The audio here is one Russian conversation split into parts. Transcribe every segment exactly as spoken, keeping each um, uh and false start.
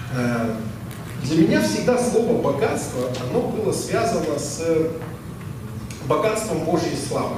Для меня всегда слово «богатство», оно было связано с богатством Божьей славы.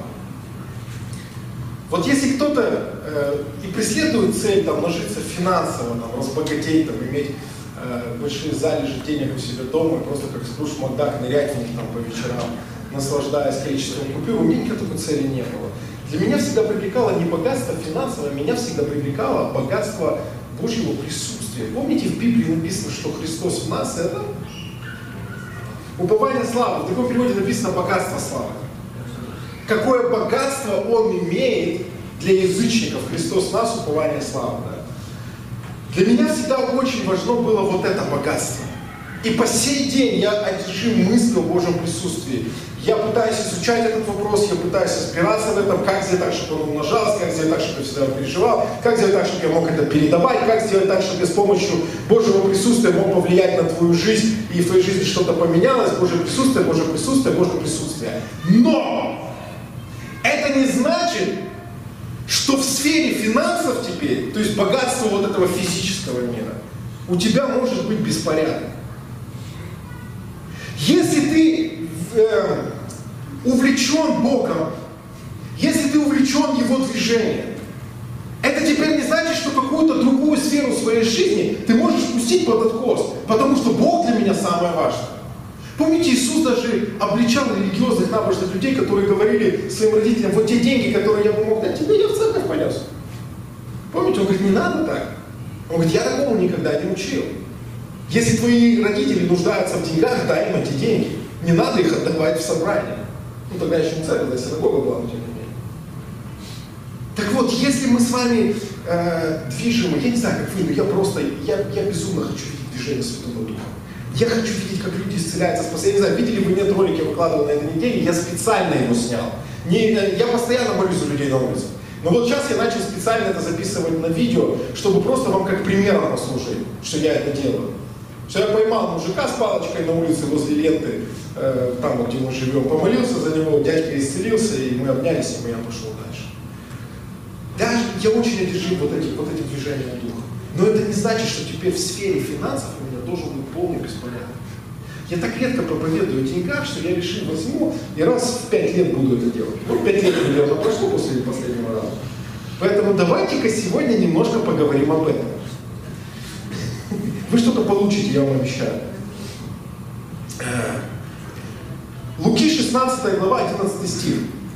Вот если кто-то э, и преследует цель там, нажиться финансово, там, разбогатеть, там, иметь э, большие залежи денег у себя дома, и просто как Скрудж Макдак нырять в них там, по вечерам, наслаждаясь количеством купюр, у меня никакой такой цели не было. Для меня всегда привлекало не богатство финансовое, меня всегда привлекало богатство Божьего присутствия. Помните, в Библии написано, что Христос в нас — это упование славы. В таком переводе написано «богатство славы». Какое богатство Он имеет для язычников, Христос в нас, упование славы. Да? Для меня всегда очень важно было вот это богатство. И по сей день я одержим мыслью о Божьем присутствии. Я пытаюсь изучать этот вопрос, я пытаюсь разбираться в этом, как сделать так, чтобы он умножался, как сделать так, чтобы я всегда переживал, как сделать так, чтобы я мог это передавать, как сделать так, чтобы я с помощью Божьего присутствия мог повлиять на твою жизнь, и в твоей жизни что-то поменялось. Божье присутствие, Божье присутствие, Божье присутствие. Но это не значит, что в сфере финансов теперь, то есть богатства вот этого физического мира, у тебя может быть беспорядок. Если ты э, увлечен Богом, если ты увлечен Его движением, это теперь не значит, что какую-то другую сферу своей жизни ты можешь пустить под откос, потому что Бог для меня самое важное. Помните, Иисус даже обличал религиозных набожных людей, которые говорили своим родителям: вот те деньги, которые я бы мог дать тебе, я в церковь понес. Помните, он говорит: не надо так. Он говорит: я такому никогда не учил. Если твои родители нуждаются в деньгах, дай им эти деньги. Не надо их отдавать в собрание. Ну тогда еще не церковь, да, синагога была, но тем не менее. Так вот, если мы с вами э, движемы, я не знаю, как вы, но я просто, я, я безумно хочу видеть движение Святого Духа. Я хочу видеть, как люди исцеляются. Я не знаю, видели вы, нет ролик, я выкладывал на этой неделе, я специально его снял. Не, я постоянно молюсь за людей на улице. Но вот сейчас я начал специально это записывать на видео, чтобы просто вам как примером послужить, что я это делаю. Что я поймал мужика с палочкой на улице возле ленты, э, там, где мы живем, помолился за него, дядька исцелился, и мы обнялись, и я пошел дальше. Даже я очень одержим вот этим, вот этим движением духа. Но это не значит, что теперь в сфере финансов у меня должен быть полный беспорядок. Я так редко проповедую о деньгах, что я решил, возьму и раз в пять лет буду это делать. Ну, пять лет, наверное, прошло после последнего раза. Поэтому давайте-ка сегодня немножко поговорим об этом. Вы что-то получите, я вам обещаю. Луки шестнадцатая глава, одиннадцатый стих.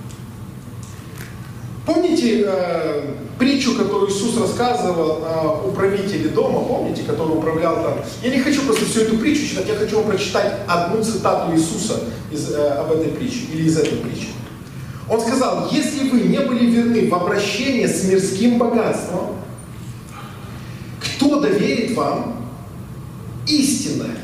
Помните э, притчу, которую Иисус рассказывал о управителе дома, помните, который управлял там? Я не хочу просто всю эту притчу читать, я хочу вам прочитать одну цитату Иисуса из, э, об этой притче, или из этой притчи. Он сказал: если вы не были верны в обращении с мирским богатством, кто доверит вам истинное?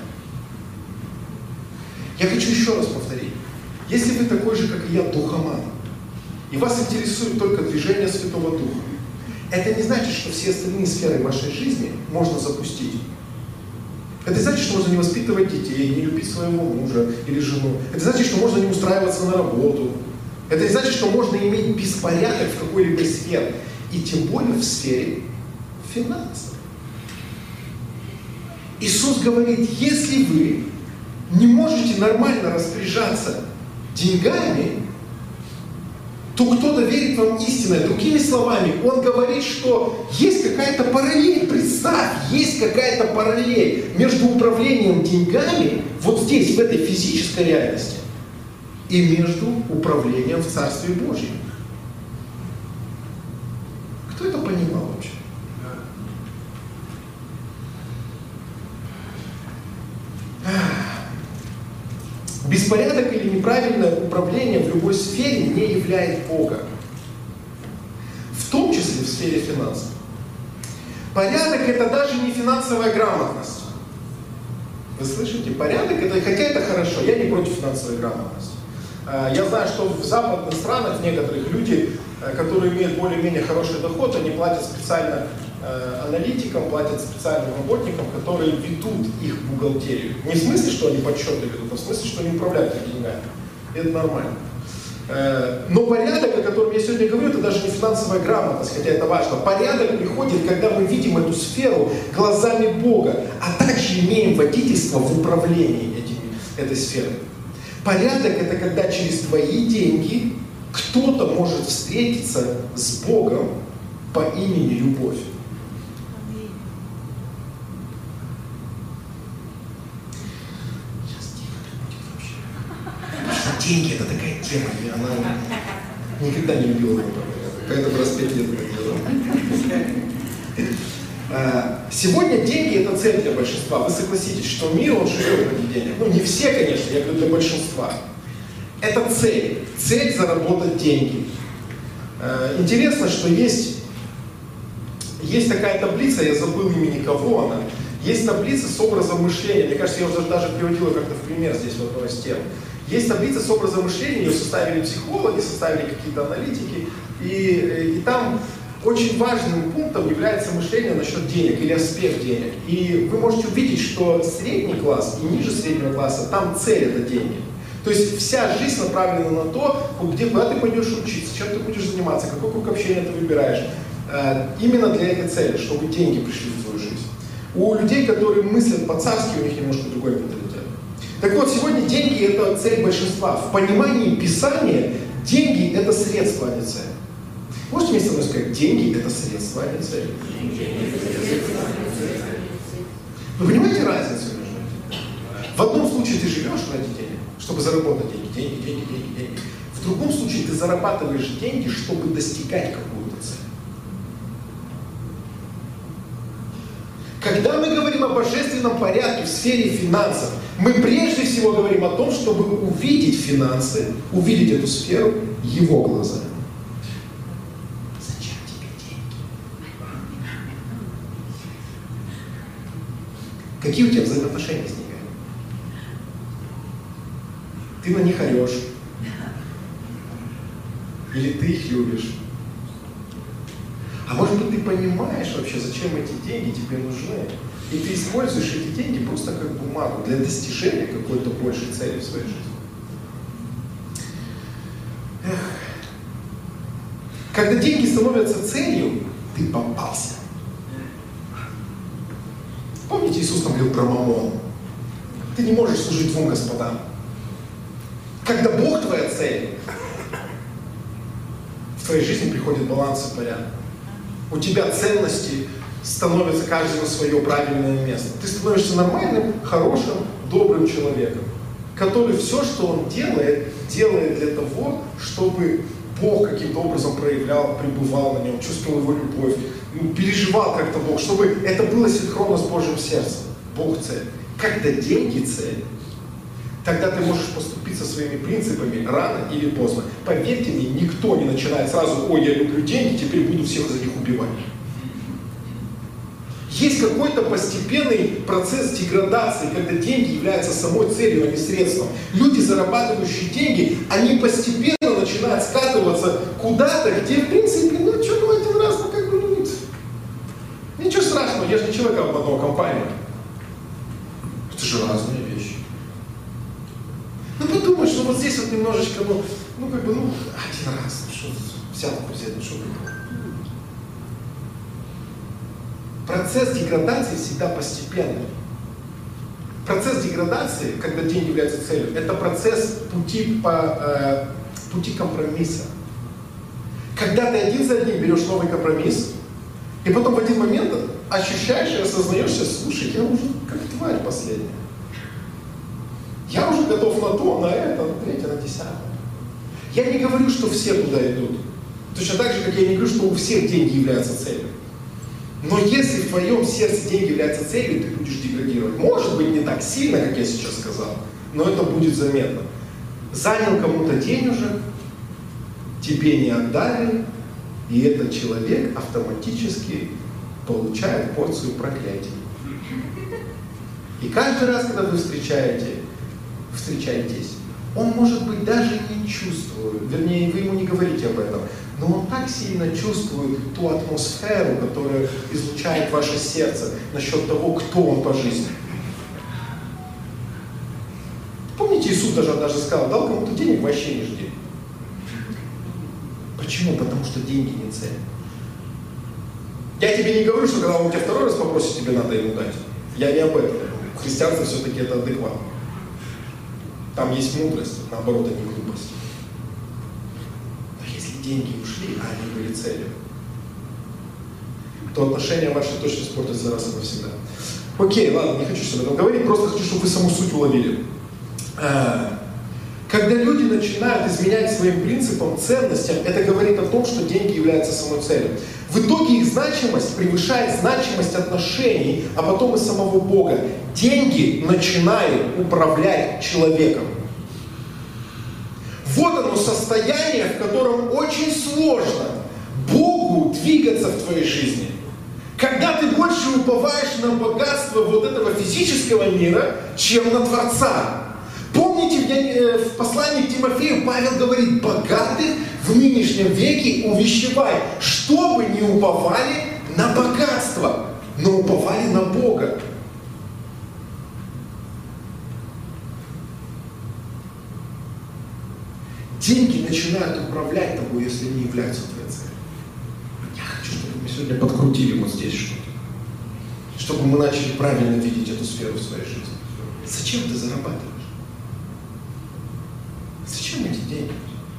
Я хочу еще раз повторить. Если вы такой же, как и я, духоман, и вас интересует только движение Святого Духа, это не значит, что все остальные сферы вашей жизни можно запустить. Это не значит, что можно не воспитывать детей, не любить своего мужа или жену. Это значит, что можно не устраиваться на работу. Это не значит, что можно иметь беспорядок в какой-либо сфере. И тем более в сфере финансов. Иисус говорит: если вы не можете нормально распоряжаться деньгами, то кто доверит вам истинное? Другими словами, он говорит, что есть какая-то параллель. Представь, есть какая-то параллель между управлением деньгами, вот здесь, в этой физической реальности, и между управлением в Царстве Божьем. Кто это понимал вообще? Беспорядок или неправильное управление в любой сфере не являет Бога. В том числе в сфере финансов. Порядок — это даже не финансовая грамотность. Вы слышите? Порядок — это, хотя это хорошо, я не против финансовой грамотности. Я знаю, что в западных странах некоторых люди, которые имеют более-менее хороший доход, они платят специально аналитикам, платят специальным работникам, которые ведут их бухгалтерию. Не в смысле, что они подсчеты ведут, а в смысле, что они управляют этими деньгами. Это нормально. Но порядок, о котором я сегодня говорю, это даже не финансовая грамотность, хотя это важно. Порядок приходит, когда мы видим эту сферу глазами Бога. А также также имеем водительство в управлении этим, этой сферой. Порядок – это когда через твои деньги кто-то может встретиться с Богом по имени Любовь. Сейчас тихо будет вообще. Деньги – это такая тема, и она никогда не любила его. Какая-то раз пять лет говорила. Сегодня деньги – это цель для большинства. Вы согласитесь, что мир, он живет ради денег. Ну, не все, конечно, я говорю для большинства. Это цель. Цель заработать деньги. Интересно, что есть, есть такая таблица, я забыл имени кого она. Есть таблица с образом мышления. Мне кажется, я уже даже приводил ее как-то в пример здесь в одной из тем. Есть таблица с образом мышления, ее составили психологи, составили какие-то аналитики. И, и там очень важным пунктом является мышление насчет денег или аспект денег. И вы можете увидеть, что средний класс и ниже среднего класса, там цель это деньги. То есть вся жизнь направлена на то, где, куда ты пойдешь учиться, чем ты будешь заниматься, какой круг общения ты выбираешь. Именно для этой цели, чтобы деньги пришли в твою жизнь. У людей, которые мыслят по-царски, у них немножко другой менталитет. Так вот, сегодня деньги – это цель большинства. В понимании Писания деньги – это средство, а не цель. Можете мне со мной сказать, деньги – это средство, а не цель? Вы понимаете разницу между этим? В одном случае ты живешь ради денег, чтобы заработать деньги, деньги, деньги, деньги, деньги. В другом случае ты зарабатываешь деньги, чтобы достигать какую-то цель. Когда мы говорим о божественном порядке в сфере финансов, мы прежде всего говорим о том, чтобы увидеть финансы, увидеть эту сферу его глазами. Зачем тебе деньги? Какие у тебя взаимоотношения с ними? Ты на них орешь. Или ты их любишь. А может быть, ты понимаешь вообще, зачем эти деньги тебе нужны. И ты используешь эти деньги просто как бумагу для достижения какой-то большей цели в своей жизни. Эх. Когда деньги становятся целью, ты попался. Помните, Иисус там говорил про мамон? Ты не можешь служить двум господам. Когда Бог твоя цель, в твоей жизни приходит баланс и порядок. У тебя ценности становятся каждый на свое правильное место. Ты становишься нормальным, хорошим, добрым человеком, который все, что он делает, делает для того, чтобы Бог каким-то образом проявлял, пребывал на нем, чувствовал его любовь, переживал как-то Бог, чтобы это было синхронно с Божьим сердцем. Бог цель. Когда деньги цель, тогда ты можешь поступить со своими принципами рано или поздно. Поверьте мне, никто не начинает сразу: ой, я люблю деньги, теперь буду всех за них убивать. Есть какой-то постепенный процесс деградации, когда деньги являются самой целью, а не средством. Люди, зарабатывающие деньги, они постепенно начинают скатываться куда-то, где, в принципе, ну что, ну один раз, ну как бы, ну, ничего страшного, я же не человек обманул компанию. Это же разные вещи. Ну подумай, что вот здесь вот немножечко, ну, ну как бы, ну, один раз, ну, что взятку взять, ну что было. Процесс деградации всегда постепенный. Процесс деградации, когда деньги являются целью, это процесс пути, по, э, пути компромисса. Когда ты один за одним берешь новый компромисс, и потом в один момент ощущаешь и осознаешься: слушай, я уже как тварь последняя. Я уже готов на то, на это, на третье, на десятое. Я не говорю, что все туда идут. Точно так же, как я не говорю, что у всех деньги являются целью. Но если в твоем сердце деньги являются целью, ты будешь деградировать. Может быть, не так сильно, как я сейчас сказал, но это будет заметно. Занял кому-то денежек, тебе не отдали, и этот человек автоматически получает порцию проклятий. И каждый раз, когда вы встречаете, встречаетесь, он, может быть, даже не чувствует, вернее, вы ему не говорите об этом, но он так сильно чувствует ту атмосферу, которая излучает ваше сердце насчет того, кто он по жизни. Помните, Иисус даже однажды сказал: дал кому-то денег, вообще не жди. Почему? Потому что деньги не цель. Я тебе не говорю, что когда он тебя второй раз попросит, тебе надо ему дать. Я не об этом говорю. В христианстве все-таки это адекватно. Там есть мудрость, наоборот, а не глупость. Но если деньги ушли, а они были целью, то отношения ваши точно испортятся раз и навсегда. Окей, ладно, не хочу об этом говорить, просто хочу, чтобы вы саму суть уловили. Когда люди начинают изменять своим принципам, ценностям, это говорит о том, что деньги являются самой целью. В итоге их значимость превышает значимость отношений, а потом и самого Бога. Деньги начинают управлять человеком. Вот оно состояние, в котором очень сложно Богу двигаться в твоей жизни. Когда ты больше уповаешь на богатство вот этого физического мира, чем на Творца. Помните, в послании к Тимофею Павел говорит: богатых в нынешнем веке увещевай, чтобы не уповали на богатство, но уповали на Бога. Деньги начинают управлять тобой, если не являются твоей целью. Я хочу, чтобы мы сегодня подкрутили вот здесь что-то. Чтобы мы начали правильно видеть эту сферу в своей жизни. Зачем ты зарабатываешь? Зачем эти деньги?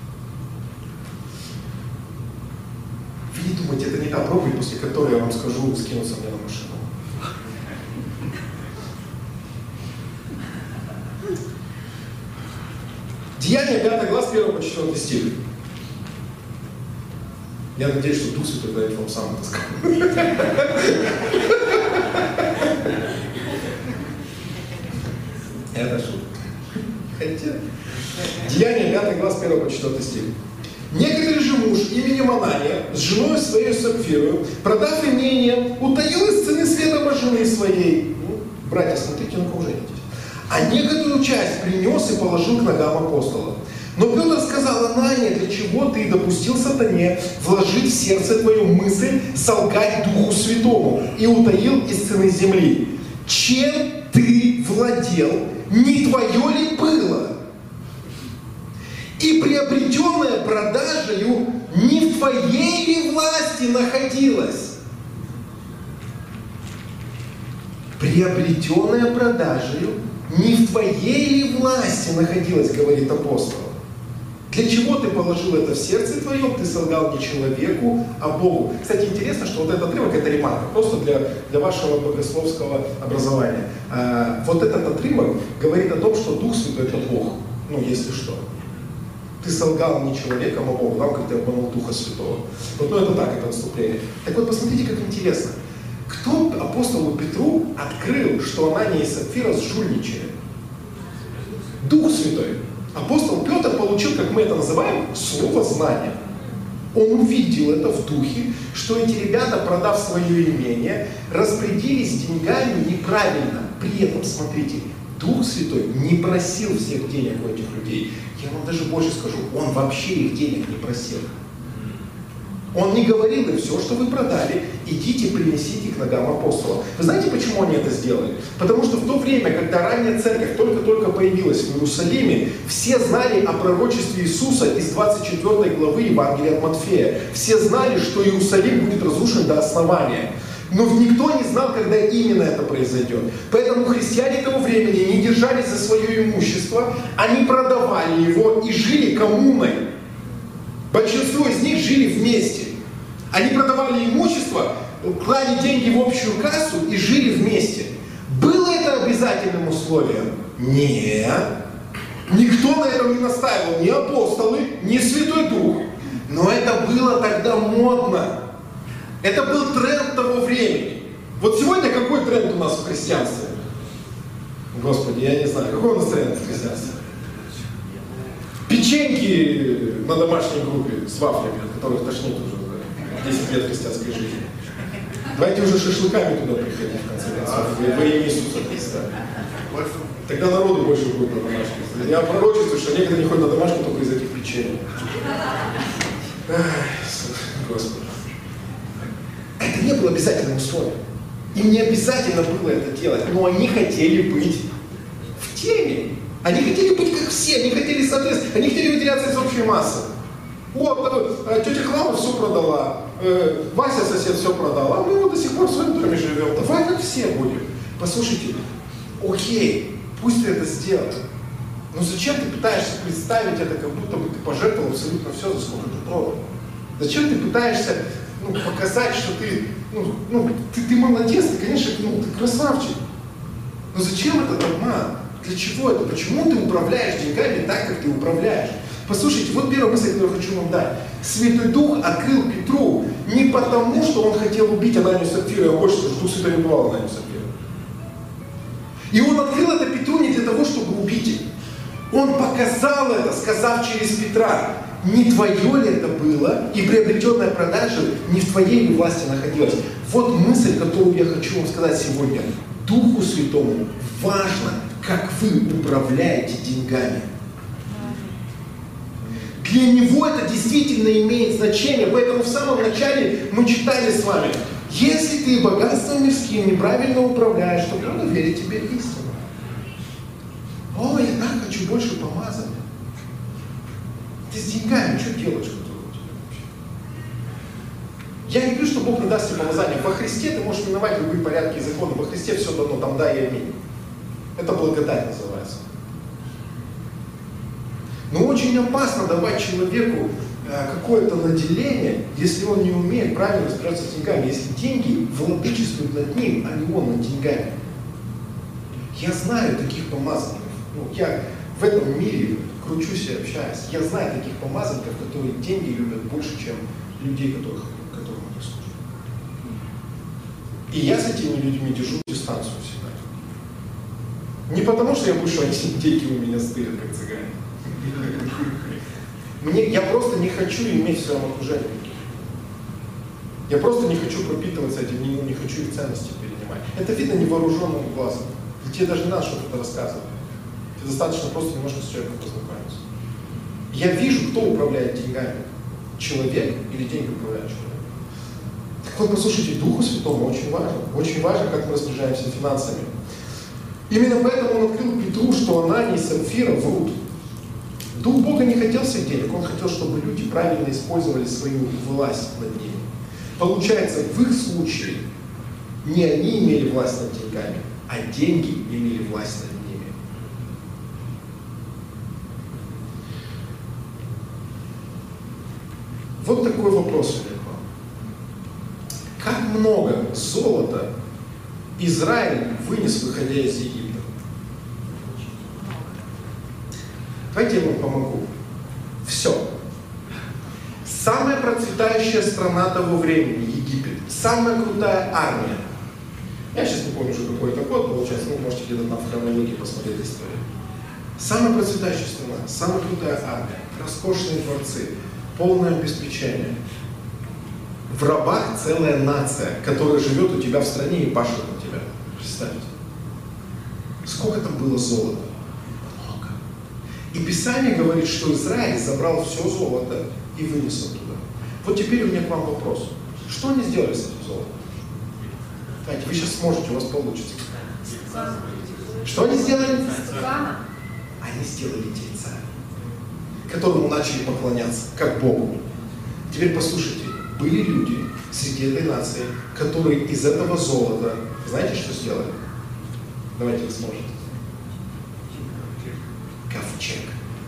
Вы не думайте, это не та проповедь, после которой я вам скажу скинуться мне на машину. Деяние пятый глаз, первый по четвёртый стих. Я надеюсь, что Дух Святой дает вам сам это сказать. Это шутка. Хотя... Деяние пятый глаз, первый по четвёртый стих. Некоторый же муж именем Анания с женой своей Сапфирою, продав имение, утаил из цены света жены своей. Ну, братья, смотрите, на кого женитесь. А некоторую часть принес и положил к ногам апостола. Но Петр сказал: Анания, для чего ты допустил сатане вложить в сердце твою мысль солгать Духу Святому и утаил из цены земли? Чем ты владел, не твое ли было? И приобретенное продажею не в твоей ли власти находилось? Приобретенное продажею не в твоей ли власти находилось, говорит апостол. Для чего ты положил это в сердце твоем? Ты солгал не человеку, а Богу. Кстати, интересно, что вот этот отрывок, это ремарка, просто для, для вашего богословского образования. А, вот этот отрывок говорит о том, что Дух Святой это Бог. Ну, если что. Ты солгал не человеком, а Богу, да, как ты обманул Духа Святого. Вот, ну это так, это выступление. Так вот, посмотрите, как интересно. Кто апостолу Петру открыл, что Анания и Сапфира сжульничали? Дух Святой. Апостол Петр получил, как мы это называем, слово знания. Он увидел это в духе, что эти ребята, продав свое имение, распорядились деньгами неправильно. При этом, смотрите, Дух Святой не просил всех денег у этих людей. Я вам даже больше скажу, он вообще их денег не просил. Он не говорил им: все, что вы продали, идите принесите к ногам апостола. Вы знаете, почему они это сделали? Потому что в то время, когда ранняя церковь только-только появилась в Иерусалиме, все знали о пророчестве Иисуса из двадцать четвёртой главы Евангелия от Матфея. Все знали, что Иерусалим будет разрушен до основания. Но никто не знал, когда именно это произойдет. Поэтому христиане того времени не держались за свое имущество, они продавали его и жили коммуной. Большинство из них жили вместе. Они продавали имущество, клали деньги в общую кассу и жили вместе. Было это обязательным условием? Нет. Никто на этом не настаивал, ни апостолы, ни Святой Дух. Но это было тогда модно. Это был тренд того времени. Вот сегодня какой тренд у нас в христианстве? Господи, я не знаю, какой у нас тренд в христианстве? Печеньки на домашней группе с вафлями, от которых тошнит уже десять лет христианской жизни. Давайте уже шашлыками туда приходить, в конце концов, во имя Иисуса Христа. Тогда народу больше будет на домашних. Я пророчествую, что некоторые не ходят на домашних только из этих печенек. Господи. Это не было обязательным условием. Им не обязательно было это делать, но они хотели быть в теме. Они хотели быть как все, они хотели соответствовать, они хотели выделяться из общей массы. Вот, тетя Клава все продала, Вася сосед все продал, а мы вот до сих пор с вами живем. Давай как все будем. Послушайте, окей, пусть ты это сделаешь. Но зачем ты пытаешься представить это, как будто бы ты пожертвовал абсолютно все, за сколько ты продал? Зачем ты пытаешься ну, показать, что ты, ну, ну, ты, ты молодец, ты, конечно, ну, ты красавчик. Но зачем этот обман? Для чего это? Почему ты управляешь деньгами так, как ты управляешь? Послушайте, вот первая мысль, которую я хочу вам дать. Святой Дух открыл Петру не потому, что он хотел убить Ананию и Сапфиру, я больше скажу, что Дух Святой не убивал Ананию и Сапфиру. И он открыл это Петру не для того, чтобы убить их. Он показал это, сказав через Петра, не твое ли это было, и приобретенная продажа не в твоей ли власти находилась. Вот мысль, которую я хочу вам сказать сегодня. Духу Святому важно, как вы управляете деньгами. Для него это действительно имеет значение, поэтому в самом начале мы читали с вами, если ты богатством мирским неправильно управляешь, то кто доверит тебе истину? О, я так хочу больше помазания. Ты с деньгами что делаешь, которые у тебя вообще? Я не говорю, что Бог не даст тебе помазание. Во Христе ты можешь миновать любые порядки и законы. Во Христе все дано, там да и аминь. Это благодать называется. Но очень опасно давать человеку какое-то наделение, если он не умеет правильно разбираться с деньгами. Если деньги владычествуют над ним, а не он над деньгами. Я знаю таких помазанников. Ну, я в этом мире кручусь и общаюсь. Я знаю таких помазанников, которые деньги любят больше, чем людей, которых, которым они служат. И я с этими людьми держу дистанцию всегда. Не потому, что я боюсь, что они деньги у меня стырят, как цыгане. Мне, я просто не хочу иметь в своем окружении. Я просто не хочу пропитываться этим, не, не хочу их ценности перенимать. Это видно невооруженным глазом. Тебе даже не надо что-то рассказывать. Тебе достаточно просто немножко с человеком познакомиться. Я вижу, кто управляет деньгами. Человек или деньги управляют человеком. Так вот, послушайте, Духу Святому очень важно. Очень важно, как мы распоряжаемся финансами. Именно поэтому он открыл Петру, что Анания и Сапфира врут. Дух Бога не хотел всех денег, он хотел, чтобы люди правильно использовали свою власть над ними. Получается, в их случае не они имели власть над деньгами, а деньги имели власть над ними. Вот такой вопрос у меня к вам. Как много золота Израиль вынес, выходя из Египта? Давайте я вам помогу. Все. Самая процветающая страна того времени, Египет. Самая крутая армия. Я сейчас не помню уже какой это год, получается, вы можете где-то там в хронологии посмотреть историю. Самая процветающая страна, самая крутая армия, роскошные дворцы, полное обеспечение. В рабах целая нация, которая живет у тебя в стране и пашет на тебя. Представьте. Сколько там было золота? Много. И Писание говорит, что Израиль забрал все золото и вынес оттуда. Вот теперь у меня к вам вопрос. Что они сделали с этим золотом? Знаете, вы сейчас сможете, у вас получится. Что они сделали? Они сделали тельца, которому начали поклоняться, как Богу. Теперь послушайте, были люди среди этой нации, которые из этого золота, знаете, что сделали? Давайте вы сможете. Ковчег.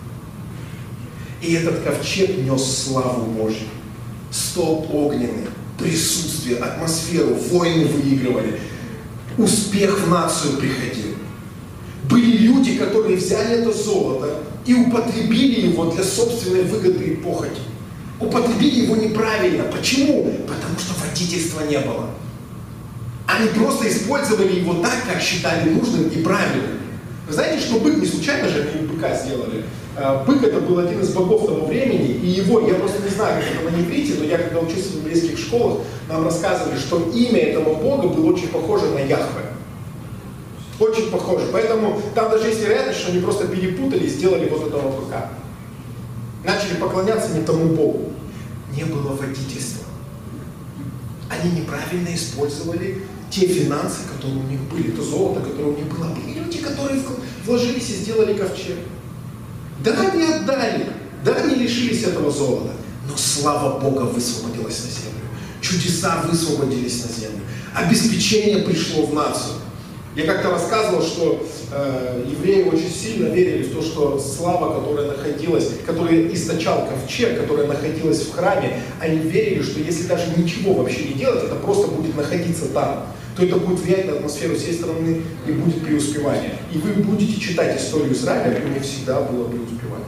И этот ковчег нес славу Божью. Столб огненный, присутствие, атмосферу, войны выигрывали. Успех в нацию приходил. Были люди, которые взяли это золото и употребили его для собственной выгоды и похоти. Употребили его неправильно. Почему? Потому что водительства не было. Они просто использовали его так, как считали нужным и правильным. Вы знаете, что бык не случайно же они быка сделали? Бык это был один из богов того времени, и его, я просто не знаю, как это на иврите, но я когда учился в еврейских школах, нам рассказывали, что имя этого бога было очень похоже на Яхве. Очень похоже. Поэтому там даже есть вероятность, что они просто перепутали и сделали вот этого быка. Начали поклоняться не тому богу. Не было водительства. Они неправильно использовали те финансы, которые у них были, то золото, которое у них было. Были люди, которые вложились и сделали ковчег. Да, они отдали, да, они лишились этого золота, но слава Бога высвободилась на землю. Чудеса высвободились на землю. Обеспечение пришло в нацию. Я как-то рассказывал, что э, евреи очень сильно верили в то, что слава, которая находилась, которая источал ковчег, которая находилась в храме, они верили, что если даже ничего вообще не делать, это просто будет находиться там, то это будет влиять на атмосферу всей страны и будет преуспевание. И вы будете читать историю Израиля, и у них всегда было преуспевание.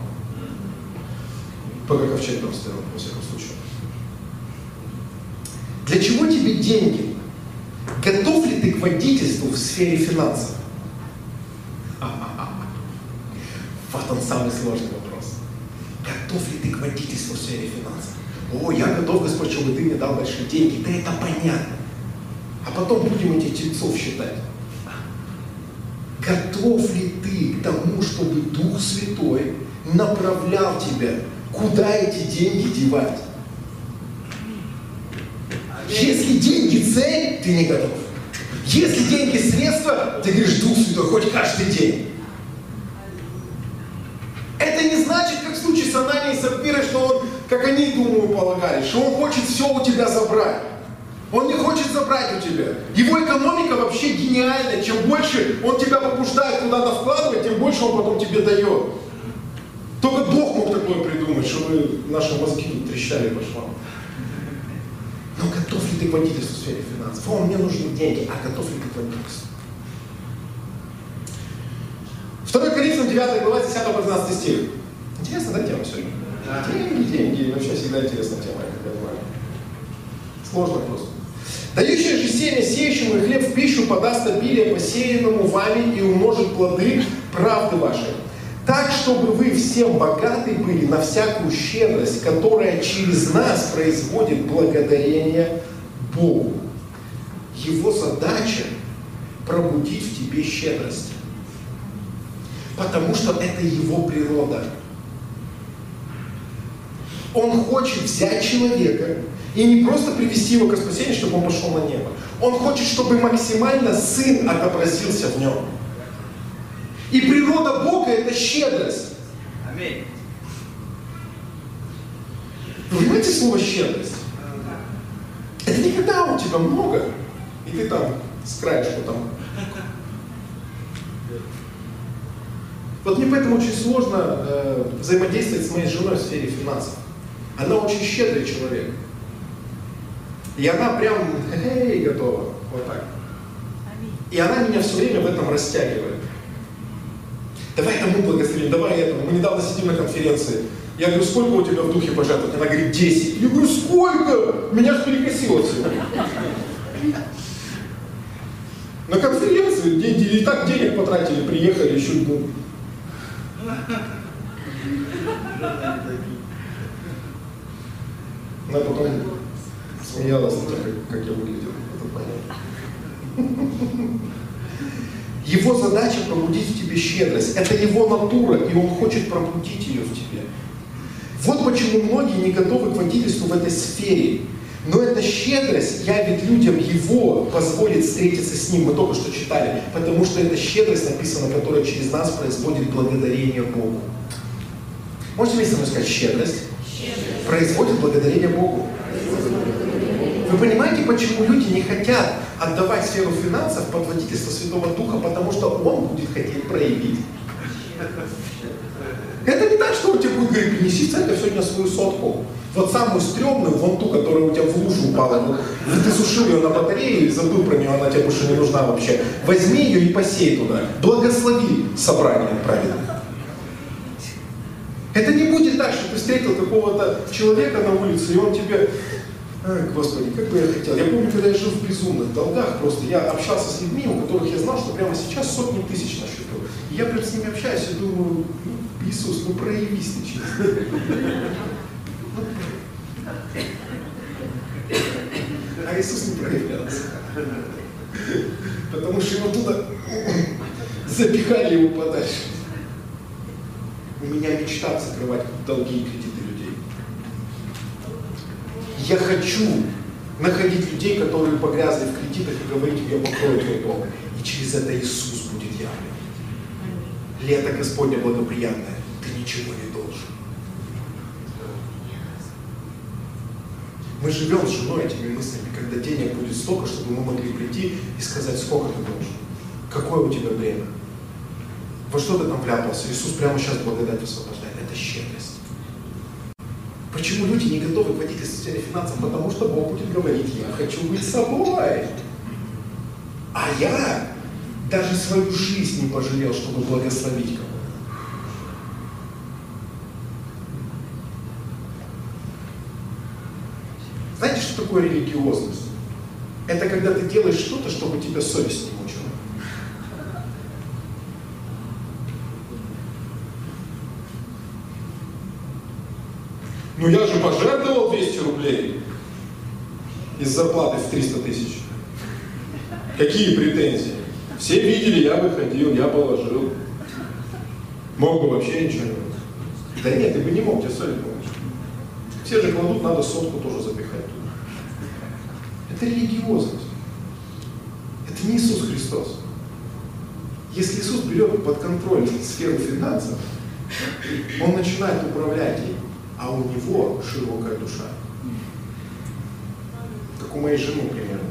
Пока ковчег там стоял, во всяком случае. Для чего тебе деньги? Готов ли ты к водительству в сфере финансов? Вот он самый сложный вопрос. Готов ли ты к водительству в сфере финансов? О, я готов, Господь, чтобы ты мне дал большие деньги. Да это понятно. А потом будем этих тельцов считать. Готов ли ты к тому, чтобы Дух Святой направлял тебя, куда эти деньги девать? Если деньги цель, ты не готов. Если деньги средства, ты говоришь, Дух Святой, хоть каждый день. Это не значит, как в случае с Ананией и Сапфирой, что он, как они, думаю, полагали, что он хочет все у тебя забрать. Он не хочет забрать у тебя. Его экономика вообще гениальна. Чем больше он тебя побуждает куда-то вкладывать, тем больше он потом тебе дает. Только Бог мог такое придумать, чтобы наши мозги тут трещали по швам. Но готов ли ты к водительству в сфере финансов? О, мне нужны деньги, а готов ли ты к водительству? второе Коринфянам девятая глава, десятый по двенадцатый стих. Интересная, да, тема сегодня? Деньги, деньги. Вообще всегда интересная тема, как я знаю. Сложно просто. Дающий же семя сеющему и хлеб в пищу подаст обилие посеянному вами и умножит плоды правды вашей. Так, чтобы вы всем богаты были на всякую щедрость, которая через нас производит благодарение Богу. Его задача пробудить в тебе щедрость. Потому что это его природа. Он хочет взять человека и не просто привести его к спасению, чтобы он пошел на небо. Он хочет, чтобы максимально Сын отобразился в нем. И природа Бога – это щедрость. Аминь. Вы понимаете слово щедрость? Это не когда у тебя много, и ты там с краешку там. Вот мне поэтому очень сложно э, взаимодействовать с моей женой в сфере финансов. Она очень щедрый человек. И она прям, хе-хей, готова. Вот так. И она меня все время в этом растягивает. Давай тому благословим, давай этому. Мы недавно сидим на конференции. Я говорю, сколько у тебя в духе пожертвовать? Она говорит, десять. Я говорю, сколько? Меня ж перекосило все. На конференции деньги, и так денег потратили, приехали, еще ну. Она потом смеялась, как, как я выглядел. Это понятно. Его задача пробудить в тебе щедрость. Это его натура, и он хочет пробудить ее в тебе. Вот почему многие не готовы к водительству в этой сфере. Но эта щедрость явит людям его, позволит встретиться с ним. Мы только что читали. Потому что эта щедрость написана, которая через нас производит благодарение Богу. Можете вместе со мной сказать щедрость? Щедрость. Производит благодарение Богу. Вы понимаете, почему люди не хотят отдавать сферу финансов под водительство Святого Духа, потому что Он будет хотеть проявить. Это не так, что он тебе будет говорить, принеси в церковь сегодня свою сотку. Вот самую стрёмную, вон ту, которая у тебя в лужу упала. Вот, ты сушил ее на батарее и забыл про нее, она тебе больше не нужна вообще. Возьми ее и посей туда. Благослови собрание правильно. Это не будет так, что ты встретил какого-то человека на улице, и он тебе... Ай, Господи, как бы я хотел. Я помню, когда я жил в безумных долгах, просто я общался с людьми, у которых я знал, что прямо сейчас сотни тысяч на счету. И я прям с ними общаюсь и думаю, ну, Иисус, ну проявись ты честно. А Иисус не проявлялся. Потому что его туда запихали его подальше. У меня мечта закрывать долги и кредиты людей. Я хочу находить людей, которые погрязли в кредитах, и говорить, я покрою твой дом. И через это Иисус будет явлен. Лето Господне благоприятное, ты ничего не должен. Мы живем с женой этими мыслями, когда денег будет столько, чтобы мы могли прийти и сказать, сколько ты должен. Какое у тебя бремя? Во что ты там вляпался? Иисус прямо сейчас благодать освобождает. Это щедрость. Почему люди не готовы платить из состояния финансов? Потому что Бог будет говорить: я хочу быть собой. А я даже свою жизнь не пожалел, чтобы благословить кого-то. Знаете, что такое религиозность? Это когда ты делаешь что-то, чтобы тебя совесть не мучила. Ну я же пожертвовал двести рублей из зарплаты в триста тысяч. Какие претензии? Все видели, я выходил, я положил. Мог бы вообще ничего не делать. Да нет, ты бы не мог, тебе совесть помочь. Все же кладут, надо сотку тоже запихать туда. Это религиозность. Это не Иисус Христос. Если Иисус берет под контроль сферу финансов, Он начинает управлять ей, а у Него широкая душа. Как у моей жены, примерно.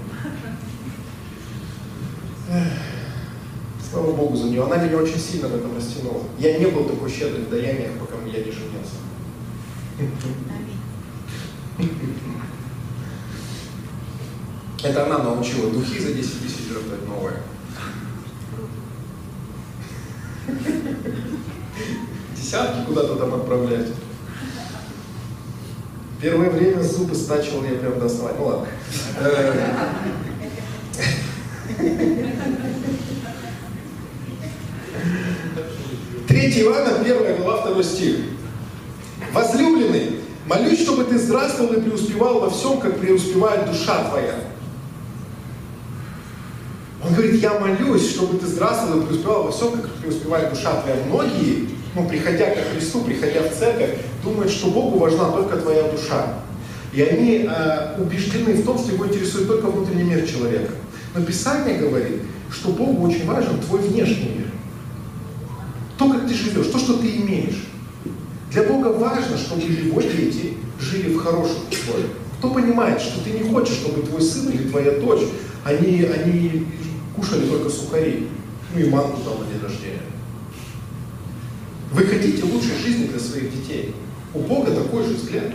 Слава Богу за нее. Она меня очень сильно в этом растянула. Я не был такой щедрый в даяниях, пока я не женился. Это она научила духи за десять тысяч жертвовать новые. Десятки куда-то там отправлять. Первое время зубы стачивал я прям до основания. Ну ладно. третье Иоанна, первая глава, второй стих. Возлюбленный, молюсь, чтобы ты здравствовал и преуспевал во всем, как преуспевает душа твоя. Он говорит: я молюсь, чтобы ты здравствовал и преуспевал во всем, как преуспевает душа твоя. Многие, ну, приходя ко Христу, приходя в церковь, думают, что Богу важна только твоя душа. И они э, убеждены в том, что его интересует только внутренний мир человека. Но Писание говорит, что Богу очень важен твой внешний мир. То, как ты живешь, то, что ты имеешь. Для Бога важно, чтобы его дети жили в хороших условиях. Кто понимает, что ты не хочешь, чтобы твой сын или твоя дочь, они, они кушали только сухари, ну и мангу там на день рождения. Вы хотите лучшей жизни для своих детей. У Бога такой же взгляд.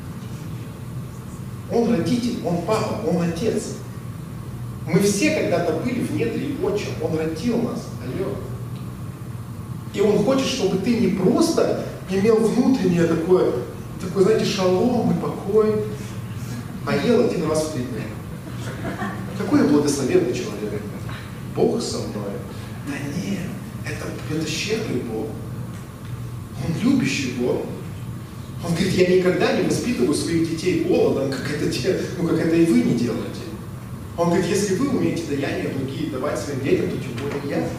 Он родитель, Он папа, Он отец. Мы все когда-то были в недре отчим. Он родил нас. Алло. И Он хочет, чтобы ты не просто имел внутреннее такое, такой, знаете, шалом и покой, а ел один раз в три дня. Какой я благословенный человек. Бог со мной. Да нет, это, это щедрый Бог. Он любящий Бог. Он говорит: я никогда не воспитываю своих детей голодом, как это, те, ну, как это и вы не делаете. Он говорит: если вы умеете даяния другие давать своим детям, то тем более я.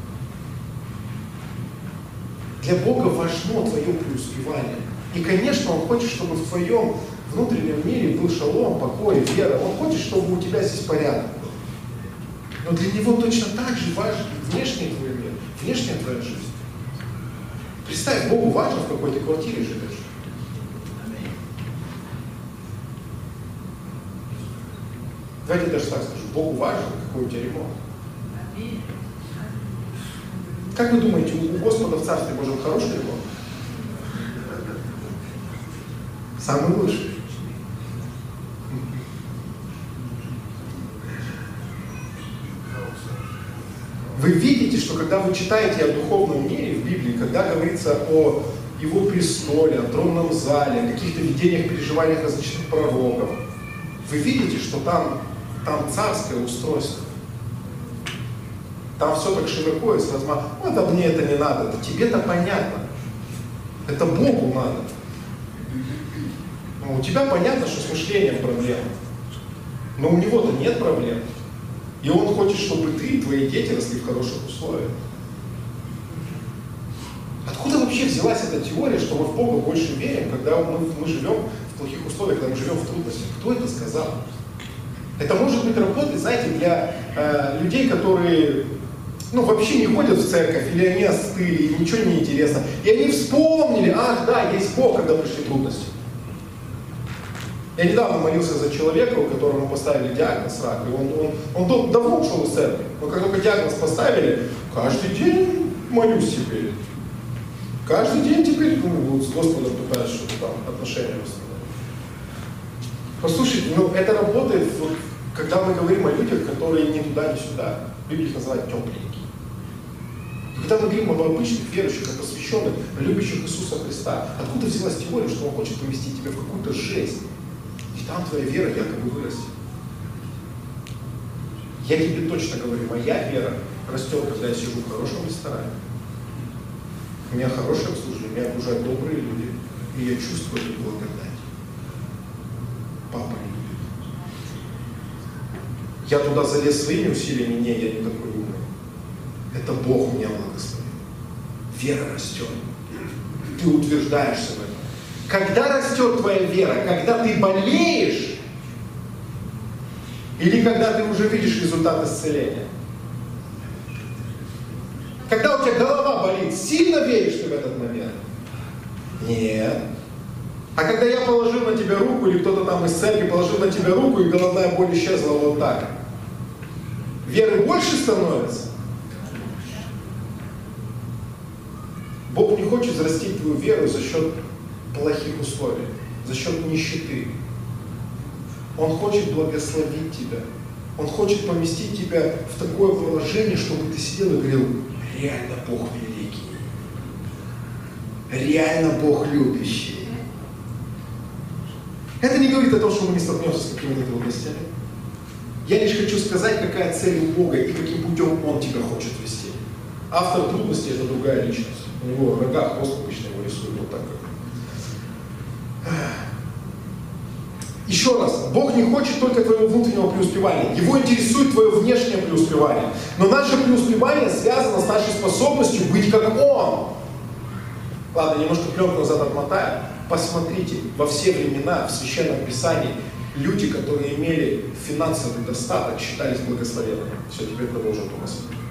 Для Бога важно твое преуспевание. И, конечно, Он хочет, чтобы в твоем внутреннем мире был шалом, покой, вера. Он хочет, чтобы у тебя здесь порядок был. Но для Него точно так же важен внешний твой мир, внешняя твоя жизнь. Представь, Богу важно, в какой ты квартире живешь. Давайте даже так скажу. Богу важно, какой у тебя ремонт. Как вы думаете, у Господа в Царстве Божьем хороший ремонт? Самый лучший. Вы видите, что когда вы читаете о духовном мире в Библии, когда говорится о Его престоле, о тронном зале, о каких-то видениях, переживаниях различных пророков, вы видите, что там, там царское устройство. Там все так широко и с размахом. Ну, это мне это не надо. Это тебе-то понятно. Это Богу надо. Ну, у тебя понятно, что с мышлением проблема. Но у него-то нет проблем. И он хочет, чтобы ты и твои дети росли в хороших условиях. Откуда вообще взялась эта теория, что мы в Бога больше верим, когда мы, мы живем в плохих условиях, когда мы живем в трудностях? Кто это сказал? Это может быть работать, знаете, для э, людей, которые ну, вообще не ходят в церковь, или они остыли, им ничего не интересно. И они вспомнили: ах, да, есть Бог, когда пришли трудности. Я недавно молился за человека, у которого поставили диагноз рак, и он, он, он давно ушел из церкви. Но как только диагноз поставили, каждый день молюсь теперь. Каждый день теперь, ну, вот с Господом пытаюсь что-то там, отношения восстановить. Послушайте, ну это работает, вот, когда мы говорим о людях, которые ни туда, ни сюда. Библия их называет тепленькие. Когда мы говорим об обычных верующих, о посвященных, о любящих Иисуса Христа, откуда взялась теория, что Он хочет поместить тебя в какую-то жесть? И там твоя вера якобы вырастет. Я тебе точно говорю, моя вера растет, когда я сижу в хорошем ресторане. У меня хорошее обслуживание, меня окружают добрые люди, и я чувствую эту благодать. Папа любит. Я туда залез своими усилиями, не, я не такой умный. Это Бог меня благословил. Вера растет. Ты утверждаешься в этом. Когда растет твоя вера? Когда ты болеешь? Или когда ты уже видишь результат исцеления? Когда у тебя голова болит, сильно веришь ты в этот момент? Нет. А когда я положил на тебя руку, или кто-то там из церкви положил на тебя руку, и головная боль исчезла вот так, веры больше становится? Бог не хочет взрастить твою веру за счет плохих условий, за счет нищеты. Он хочет благословить тебя. Он хочет поместить тебя в такое положение, чтобы ты сидел и говорил: реально Бог великий. Реально Бог любящий. Это не говорит о том, что мы не столкнемся с какими-то трудностями. Я лишь хочу сказать, какая цель у Бога и каким путем Он тебя хочет вести. Автор трудностей – это другая личность. У него рога, хвост обычно его рисует вот так. Еще раз, Бог не хочет только твоего внутреннего преуспевания. Его интересует твое внешнее преуспевание. Но наше преуспевание связано с нашей способностью быть как Он. Ладно, немножко пленку назад отмотаем. Посмотрите, во все времена в Священном Писании люди, которые имели финансовый достаток, считались благословенными. Все, теперь продолжим Томас.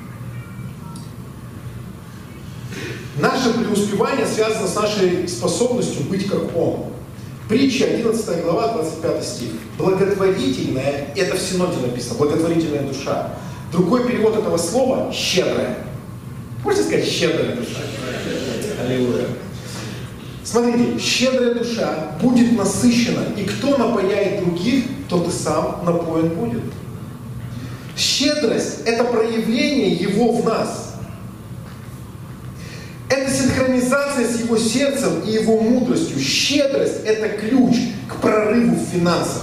Наше преуспевание связано с нашей способностью быть как Он. Притча, одиннадцатая глава, двадцать пятый стих. Благотворительная, это в синоде написано, благотворительная душа. Другой перевод этого слова – щедрая. Можете сказать щедрая душа? Аллилуйя. Смотрите, щедрая душа будет насыщена, и кто напояет других, тот и сам напоен будет. Щедрость – это проявление Его в нас. Это синхронизация с Его сердцем и Его мудростью. Щедрость – это ключ к прорыву в финансах.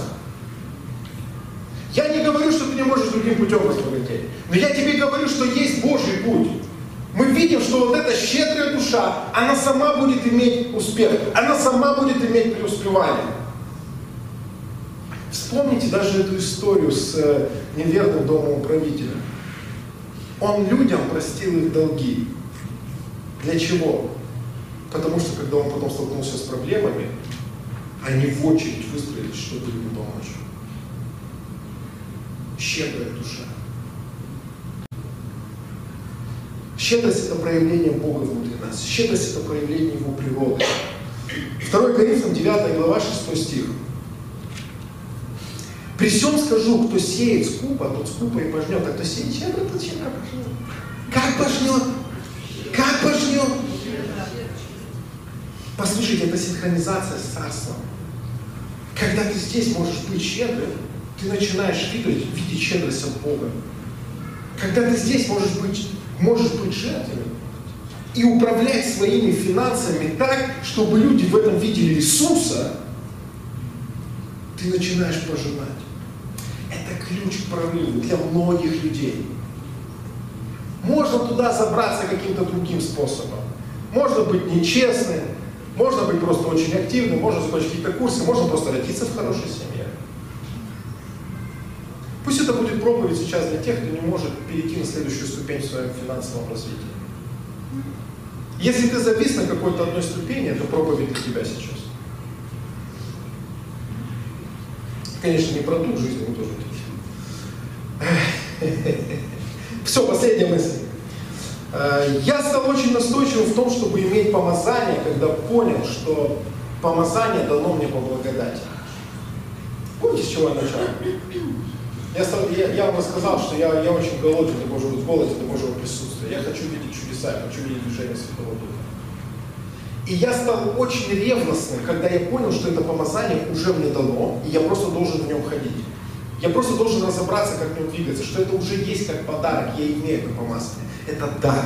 Я не говорю, что ты не можешь другим путем разбогатеть, но я тебе говорю, что есть Божий путь. Мы видим, что вот эта щедрая душа, она сама будет иметь успех, она сама будет иметь преуспевание. Вспомните даже эту историю с неверным домоуправителем. Он людям простил их долги. Для чего? Потому что, когда он потом столкнулся с проблемами, они в очередь выстроились, чтобы ему помочь. Щедрая душа. Щедрость – это проявление Бога внутри нас. Щедрость – это проявление Его природы. второе Коринфянам девятая глава, шестой стих. «При всем скажу, кто сеет скупо, тот скупо и пожнет, а кто сеет щедро, тот щедро пожнет». Как пожнет? Как пожнет? Послушайте, это синхронизация с Царством. Когда ты здесь можешь быть щедрым, ты начинаешь видеть, видеть щедрость от Бога. Когда ты здесь можешь быть, можешь быть жертвой и управлять своими финансами так, чтобы люди в этом видели Иисуса, ты начинаешь пожинать. Это ключ к прорыву для многих людей. Можно туда забраться каким-то другим способом. Можно быть нечестным, можно быть просто очень активным, можно закончить какие-то курсы, можно просто родиться в хорошей семье. Пусть это будет проповедь сейчас для тех, кто не может перейти на следующую ступень в своем финансовом развитии. Если ты завис на какой-то одной ступени, это проповедь для тебя сейчас. Конечно, не про ту жизнь, но тоже Все, последняя мысль. Я стал очень настойчивым в том, чтобы иметь помазание, когда понял, что помазание дано мне по благодати. Помните, с чего я начал? Я, я, я вам рассказал, что я, я очень голоден до Божьего, в голоде до Божьего присутствия. Я хочу видеть чудеса, я хочу видеть движение Святого Духа. И я стал очень ревностным, когда я понял, что это помазание уже мне дано, и я просто должен в нем ходить. Я просто должен разобраться, как в нем двигаться, что это уже есть как подарок, я имею это помазание. Это дар.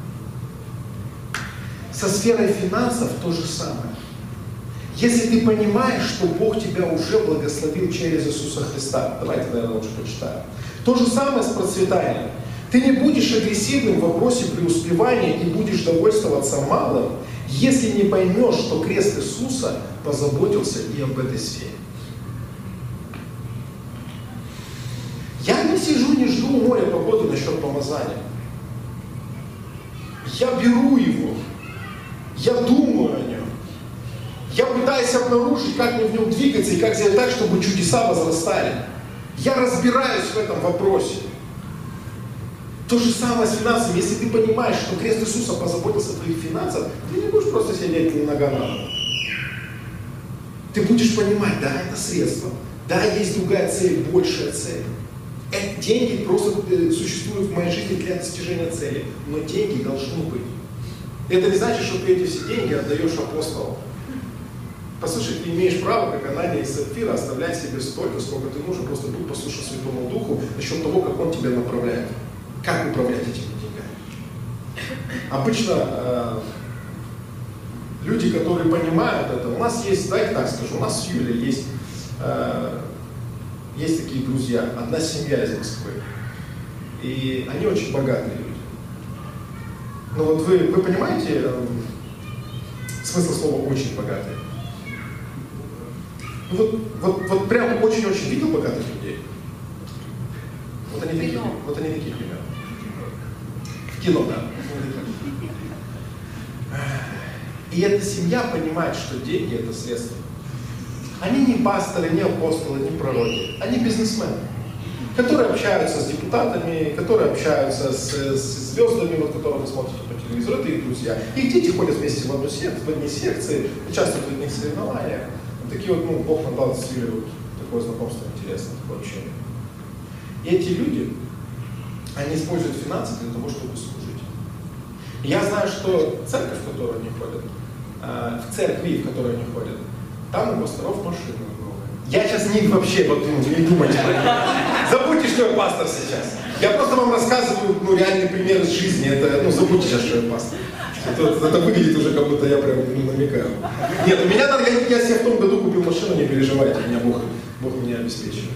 Со сферой финансов то же самое. Если ты понимаешь, что Бог тебя уже благословил через Иисуса Христа, давайте, наверное, лучше почитаем. То же самое с процветанием. Ты не будешь агрессивным в вопросе преуспевания и будешь довольствоваться малым, если не поймешь, что крест Иисуса позаботился и об этой сфере. Я не сижу, не жду у моря погоды насчет помазания. Я беру его, я думаю о нем. Я пытаюсь обнаружить, как мне в нем двигаться и как сделать так, чтобы чудеса возрастали. Я разбираюсь в этом вопросе. То же самое с финансами. Если ты понимаешь, что крест Иисуса позаботился о твоих финансах, ты не будешь просто сидеть нога на ногу. Ты будешь понимать, да, это средство, да, есть другая цель, большая цель. Эти деньги просто существуют в моей жизни для достижения цели, но деньги должны быть. Это не значит, что ты эти все деньги отдаешь апостолу. Послушай, ты имеешь право, как Анания и Сапфира, оставлять себе столько, сколько ты нужен, просто будь послушен Святому Духу насчет того, как Он тебя направляет. Как управлять этими деньгами? Обычно э, люди, которые понимают это, у нас есть, давайте так скажу, у нас с Юлей есть, э, есть такие друзья, одна семья из Москвы, и они очень богатые люди. Но вот вы, вы понимаете э, смысл слова «очень богатые»? Вот, вот, вот прям очень-очень видел богатых людей. Вот они такие, вот они такие примерно. В кино, да. И эта семья понимает, что деньги это средство. Они не пасторы, не апостолы, не пророки. Они бизнесмены, которые общаются с депутатами, которые общаются с, с звездами, вот, которые вы смотрите по телевизору, это их друзья. Их дети ходят вместе в одну секцию, в одни секции, участвуют в одних соревнованиях. Такие вот, ну, Бог нам дал с Юлей такое знакомство интересное, такое общение. И эти люди, они используют финансы для того, чтобы служить. И я знаю, что церковь, в которую они ходят, э, в церкви, в которую они ходят, там у пасторов машины новые. Я сейчас не вообще, вот, ну, не думайте. Забудьте, что я пастор сейчас. Я просто вам рассказываю, ну, реальный пример из жизни. Это, ну, забудьте сейчас, что я пастор. Это, это выглядит уже, как будто я прям, ну, намекаю. Нет, у меня, я, я себе в том году купил машину, не переживайте, меня Бог, Бог меня обеспечивает.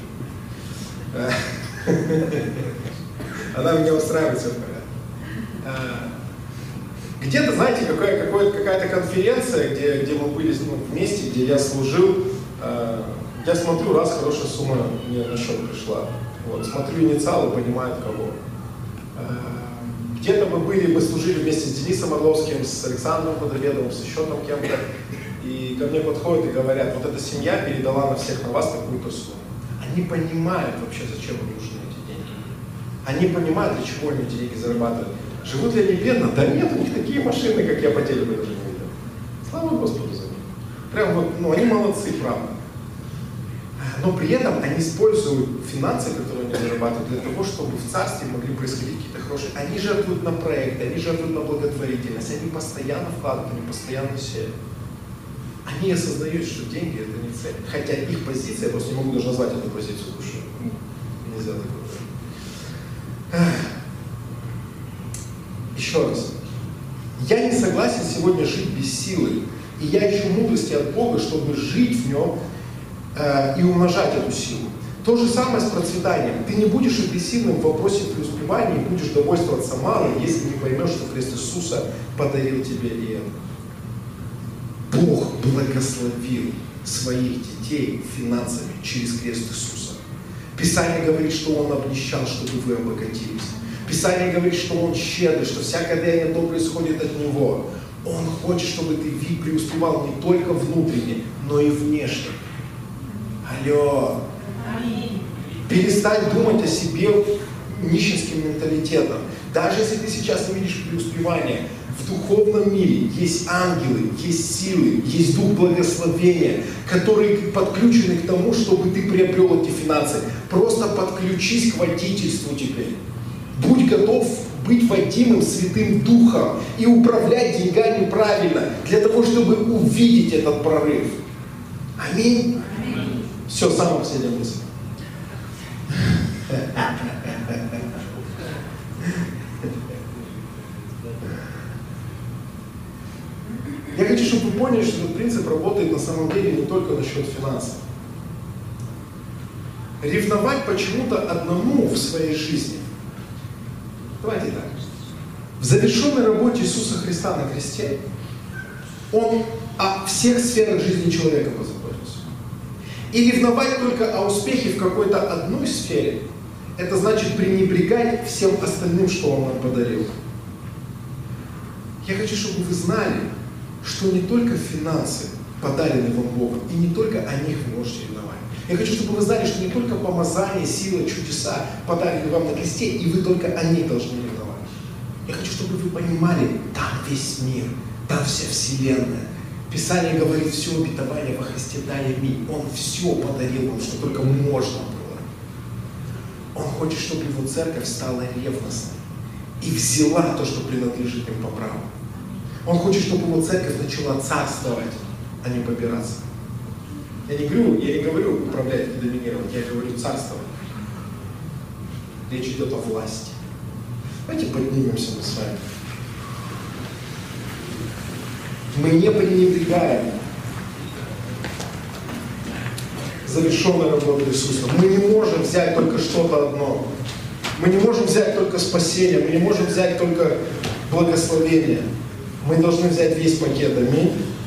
Она меня устраивает, все в порядке. Где-то, знаете, какая, какая-то конференция, где, где мы были, ну, вместе, где я служил, я смотрю, раз хорошая сумма мне на счет пришла. Вот, смотрю инициалы, понимаю, от кого. Где-то мы были, мы служили вместе с Денисом Орловским, с Александром Подобедовым, с еще там кем-то. И ко мне подходят и говорят, вот эта семья передала на всех на вас какую-то сумму. Они понимают вообще, зачем им нужны эти деньги. Они понимают, для чего они эти деньги зарабатывают. Живут ли они бедно? Да нет, у них такие машины, как я по телеку даже не видел. Слава Господу за них. Прям вот, ну они молодцы, правда. Но при этом они используют финансы, которые они зарабатывают, для того, чтобы в царстве могли происходить какие-то хорошие. Они жертвуют на проекты, они жертвуют на благотворительность, они постоянно вкладывают, они постоянно сеют. Они осознают, что деньги это не цель. Хотя их позиция, я просто не могу даже назвать эту позицию, потому что нельзя такое. Еще раз. Я не согласен сегодня жить без силы. И я ищу мудрости от Бога, чтобы жить в нем э, и умножать эту силу. То же самое с процветанием. Ты не будешь агрессивным в вопросе преуспевания и будешь довольствоваться малым, если не поймешь, что крест Иисуса подарил тебе и это. Бог благословил своих детей финансами через крест Иисуса. Писание говорит, что Он обнищал, чтобы вы обогатились. Писание говорит, что Он щедрый, что всякое даяние доброе исходит от Него. Он хочет, чтобы ты преуспевал не только внутренне, но и внешне. Алло. Перестань думать о себе нищенским менталитетом. Даже если ты сейчас не видишь преуспевания, в духовном мире есть ангелы, есть силы, есть дух благословения, которые подключены к тому, чтобы ты приобрел эти финансы. Просто подключись к водительству теперь. Будь готов быть водимым Святым Духом и управлять деньгами правильно, для того, чтобы увидеть этот прорыв. Аминь. Аминь. Все, самая последняя мысль. Я хочу, чтобы вы поняли, что этот принцип работает на самом деле не только насчет финансов. Ревновать почему-то одному в своей жизни. Давайте так. В завершенной работе Иисуса Христа на кресте Он о всех сферах жизни человека позаботился. И ревновать только о успехе в какой-то одной сфере, это значит пренебрегать всем остальным, что Он нам подарил. Я хочу, чтобы вы знали, что не только финансы подарены вам Богом, и не только о них вы можете ревновать. Я хочу, чтобы вы знали, что не только помазание, сила, чудеса подарены вам на кресте, и вы только о них должны ревновать. Я хочу, чтобы вы понимали, там весь мир, там вся вселенная. Писание говорит, все обетование во Христе дай аминь. Он все подарил вам, что только можно было. Он хочет, чтобы его церковь стала ревностной и взяла то, что принадлежит им по праву. Он хочет, чтобы его церковь начала царствовать, а не побираться. Я не говорю, я не говорю управлять и доминировать, я говорю царствовать. Речь идет о власти. Давайте поднимемся мы с вами. Мы не пренебрегаем завершенной работой Иисуса. Мы не можем взять только что-то одно. Мы не можем взять только спасение, мы не можем взять только благословение. Мы должны взять весь пакет, аминь.